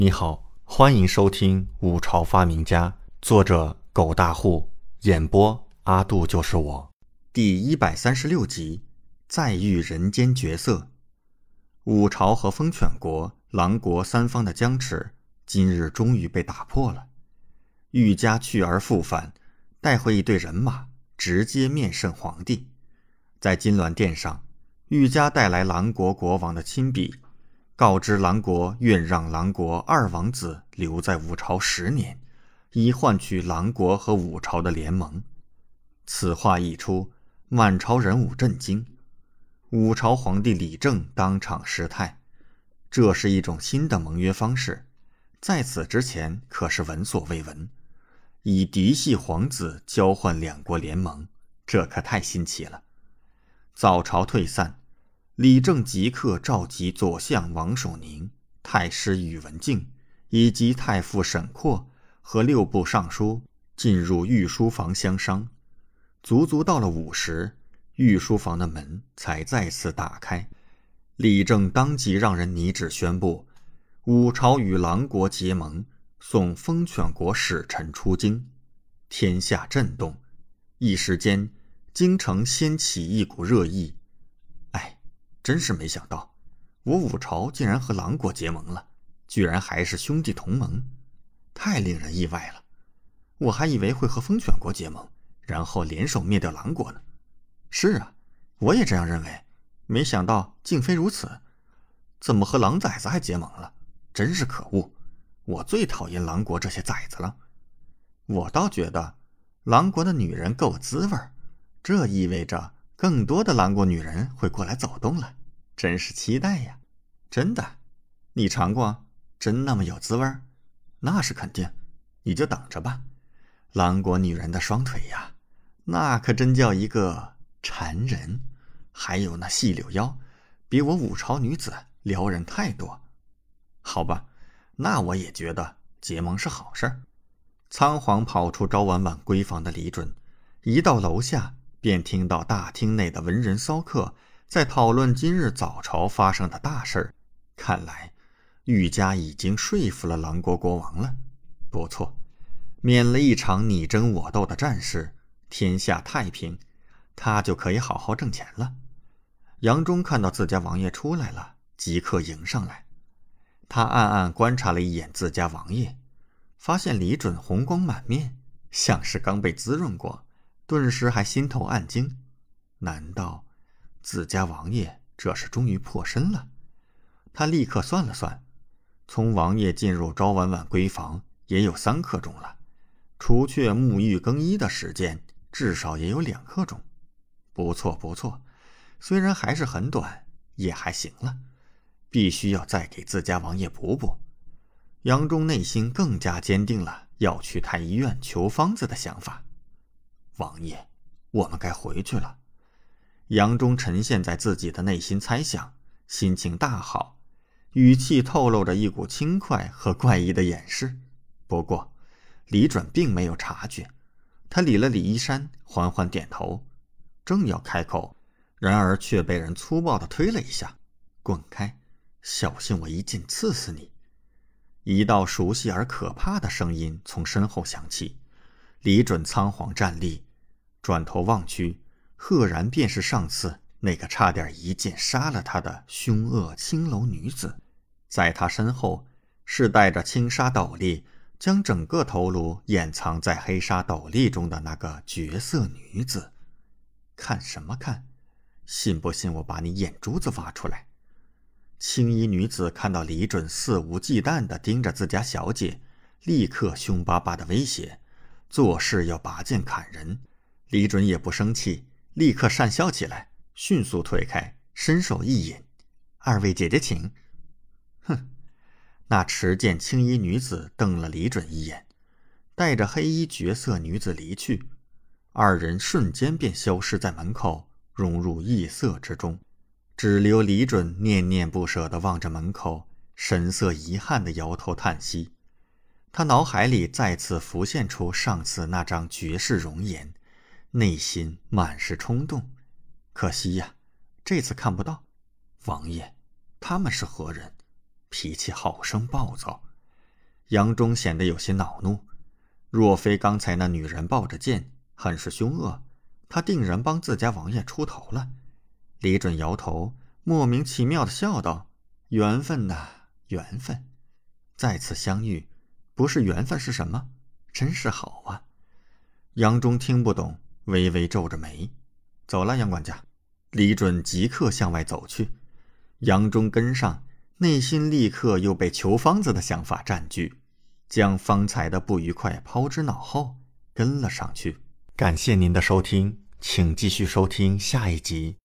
你好，欢迎收听《五朝发明家》，作者狗大户，演播阿杜就是我。第136集，再遇人间绝色。五朝和风犬国、狼国三方的僵持，今日终于被打破了。玉家去而复返，带回一队人马，直接面圣皇帝。在金銮殿上，玉家带来狼国国王的亲笔，告知狼国愿让狼国二王子留在五朝10年，以换取狼国和五朝的联盟。此话一出，满朝人物震惊。五朝皇帝李政当场失态，这是一种新的盟约方式，在此之前可是闻所未闻。以嫡系皇子交换两国联盟，这可太新奇了。早朝退散，李政即刻召集左相王守宁、太师宇文敬以及太傅沈括和6部尚书进入御书房相商。足足到了午时，御书房的门才再次打开。李政当即让人拟旨宣布，五朝与狼国结盟，送风犬国使臣出京。天下震动，一时间京城掀起一股热议。真是没想到，我五朝竟然和狼国结盟了，居然还是兄弟同盟，太令人意外了。我还以为会和风犬国结盟，然后联手灭掉狼国呢。是啊，我也这样认为，没想到竟非如此。怎么和狼崽子还结盟了？真是可恶，我最讨厌狼国这些崽子了。我倒觉得狼国的女人够滋味，这意味着更多的狼国女人会过来走动了，真是期待呀。真的？你尝过？真那么有滋味？那是肯定，你就等着吧。狼国女人的双腿呀，那可真叫一个缠人，还有那细柳腰，比我五朝女子撩人太多。好吧，那我也觉得结盟是好事。仓皇跑出昭婉婉闺房的李准，一到楼下便听到大厅内的文人骚客在讨论今日早朝发生的大事。看来玉家已经说服了狼国国王了。不错，免了一场你争我斗的战事，天下太平，他就可以好好挣钱了。杨忠看到自家王爷出来了，即刻迎上来。他暗暗观察了一眼自家王爷，发现李准红光满面，像是刚被滋润过，顿时还心头暗惊。难道自家王爷这是终于破身了？他立刻算了算，从王爷进入昭婉婉闺房也有3刻钟了，除却沐浴更衣的时间，至少也有2刻钟。不错不错，虽然还是很短，也还行了，必须要再给自家王爷补补。杨忠内心更加坚定了要去太医院求方子的想法。王爷，我们该回去了。杨忠沉陷在自己的内心猜想，心情大好，语气透露着一股轻快和怪异的掩饰。不过李准并没有察觉，他理了理衣衫，缓缓点头，正要开口，然而却被人粗暴地推了一下。滚开，小心我一剑刺死你。一道熟悉而可怕的声音从身后响起，李准仓皇站立，转头望去，赫然便是上次那个差点一剑杀了他的凶恶青楼女子。在他身后是戴着青纱斗笠，将整个头颅掩藏在黑纱斗笠中的那个绝色女子。看什么看？信不信我把你眼珠子挖出来？青衣女子看到李准肆无忌惮地盯着自家小姐，立刻凶巴巴地威胁，做事要拔剑砍人。李准也不生气，立刻讪笑起来，迅速退开，伸手一引，二位姐姐请。哼！那持剑青衣女子瞪了李准一眼，带着黑衣绝色女子离去。2人瞬间便消失在门口，融入异色之中，只留李准念念不舍地望着门口，神色遗憾地摇头叹息。他脑海里再次浮现出上次那张绝世容颜，内心满是冲动。可惜呀，这次看不到。王爷，他们是何人？脾气好生暴躁， 杨忠显得有些恼怒，若非刚才那女人抱着剑，很是凶恶，他定然帮自家王爷出头了。李准摇头，莫名其妙地笑道：“缘分呐，缘分，再次相遇，不是缘分是什么？真是好啊。”杨忠听不懂，微微皱着眉。走了，杨管家。李准即刻向外走去。杨忠跟上，内心立刻又被求方子的想法占据，将方才的不愉快抛之脑后，跟了上去。感谢您的收听，请继续收听下一集。